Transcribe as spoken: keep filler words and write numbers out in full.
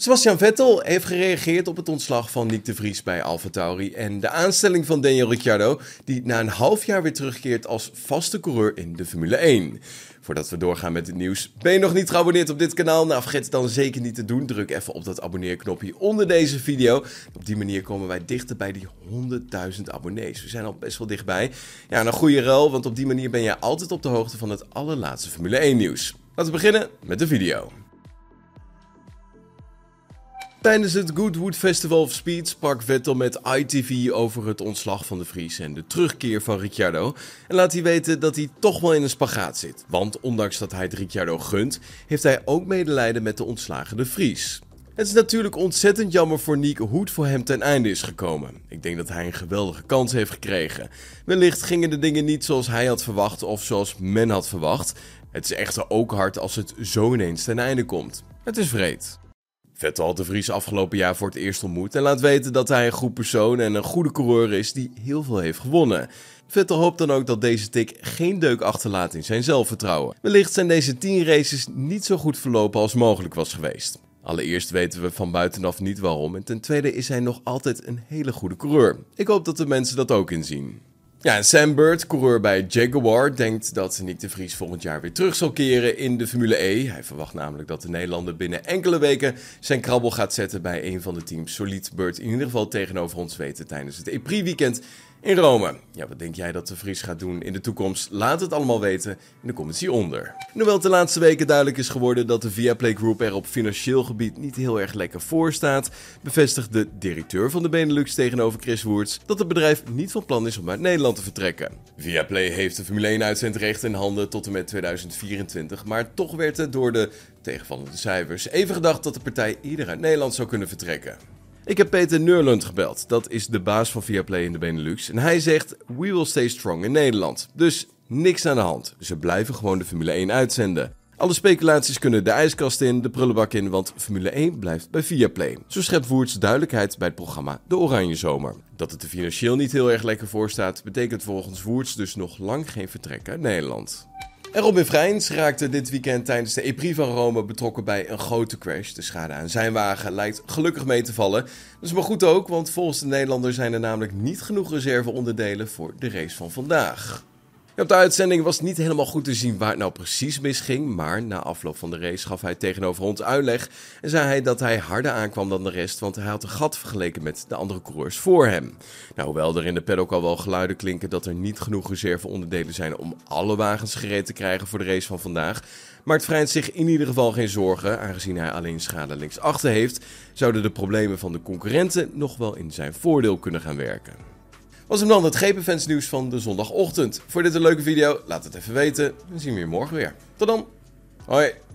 Sebastian Vettel heeft gereageerd op het ontslag van Nyck de Vries bij AlphaTauri en de aanstelling van Daniel Ricciardo, die na een half jaar weer terugkeert als vaste coureur in de Formule één. Voordat we doorgaan met het nieuws, ben je nog niet geabonneerd op dit kanaal? Nou, vergeet het dan zeker niet te doen. Druk even op dat abonneerknopje onder deze video. Op die manier komen wij dichter bij die honderdduizend abonnees. We zijn al best wel dichtbij. Ja, en een goede ruil, want op die manier ben je altijd op de hoogte van het allerlaatste Formule één nieuws. Laten we beginnen met de video. Tijdens het Goodwood Festival of Speed sprak Vettel met I T V over het ontslag van de Vries en de terugkeer van Ricciardo. En laat hij weten dat hij toch wel in een spagaat zit. Want ondanks dat hij het Ricciardo gunt, heeft hij ook medelijden met de ontslagen de Vries. Het is natuurlijk ontzettend jammer voor Nyck hoe het voor hem ten einde is gekomen. Ik denk dat hij een geweldige kans heeft gekregen. Wellicht gingen de dingen niet zoals hij had verwacht of zoals men had verwacht. Het is echter ook hard als het zo ineens ten einde komt. Het is wreed. Vettel had de Vries afgelopen jaar voor het eerst ontmoet en laat weten dat hij een goed persoon en een goede coureur is die heel veel heeft gewonnen. Vettel hoopt dan ook dat deze tik geen deuk achterlaat in zijn zelfvertrouwen. Wellicht zijn deze tien races niet zo goed verlopen als mogelijk was geweest. Allereerst weten we van buitenaf niet waarom en ten tweede is hij nog altijd een hele goede coureur. Ik hoop dat de mensen dat ook inzien. Ja, en Sam Bird, coureur bij Jaguar, denkt dat Nyck de Vries volgend jaar weer terug zal keren in de Formule E. Hij verwacht namelijk dat de Nederlander binnen enkele weken zijn krabbel gaat zetten bij een van de teams. Zo liet Bird in ieder geval tegenover ons weten tijdens het E-Prix-weekend in Rome. Ja, wat denk jij dat de Vries gaat doen in de toekomst? Laat het allemaal weten in de comments hieronder. En hoewel het de laatste weken duidelijk is geworden dat de Viaplay Group er op financieel gebied niet heel erg lekker voor staat, bevestigt de directeur van de Benelux tegenover Chris Woerts dat het bedrijf niet van plan is om uit Nederland te vertrekken. Viaplay heeft de Formule één uitzendrechten in handen tot en met tweeduizend vierentwintig, maar toch werd er door de tegenvallende cijfers even gedacht dat de partij eerder uit Nederland zou kunnen vertrekken. Ik heb Peter Neurlund gebeld, dat is de baas van Viaplay in de Benelux. En hij zegt, we will stay strong in Nederland. Dus niks aan de hand. Ze blijven gewoon de Formule één uitzenden. Alle speculaties kunnen de ijskast in, de prullenbak in, want Formule één blijft bij Viaplay. Zo schept Woerts duidelijkheid bij het programma De Oranje Zomer. Dat het er financieel niet heel erg lekker voor staat, betekent volgens Woerts dus nog lang geen vertrek uit Nederland. En Robin Freins raakte dit weekend tijdens de E-Prix van Rome betrokken bij een grote crash. De schade aan zijn wagen lijkt gelukkig mee te vallen. Dat is maar goed ook, want volgens de Nederlander zijn er namelijk niet genoeg reserveonderdelen voor de race van vandaag. Op de uitzending was het niet helemaal goed te zien waar het nou precies misging, maar na afloop van de race gaf hij tegenover ons uitleg en zei hij dat hij harder aankwam dan de rest, want hij had een gat vergeleken met de andere coureurs voor hem. Nou, hoewel er in de paddock al wel geluiden klinken dat er niet genoeg reserveonderdelen zijn om alle wagens gereed te krijgen voor de race van vandaag, maakt Freins zich in ieder geval geen zorgen, aangezien hij alleen schade linksachter heeft, zouden de problemen van de concurrenten nog wel in zijn voordeel kunnen gaan werken. Was hem dan het G P Fans nieuws van de zondagochtend. Vond je dit een leuke video? Laat het even weten. Dan zien we je morgen weer. Tot dan. Hoi.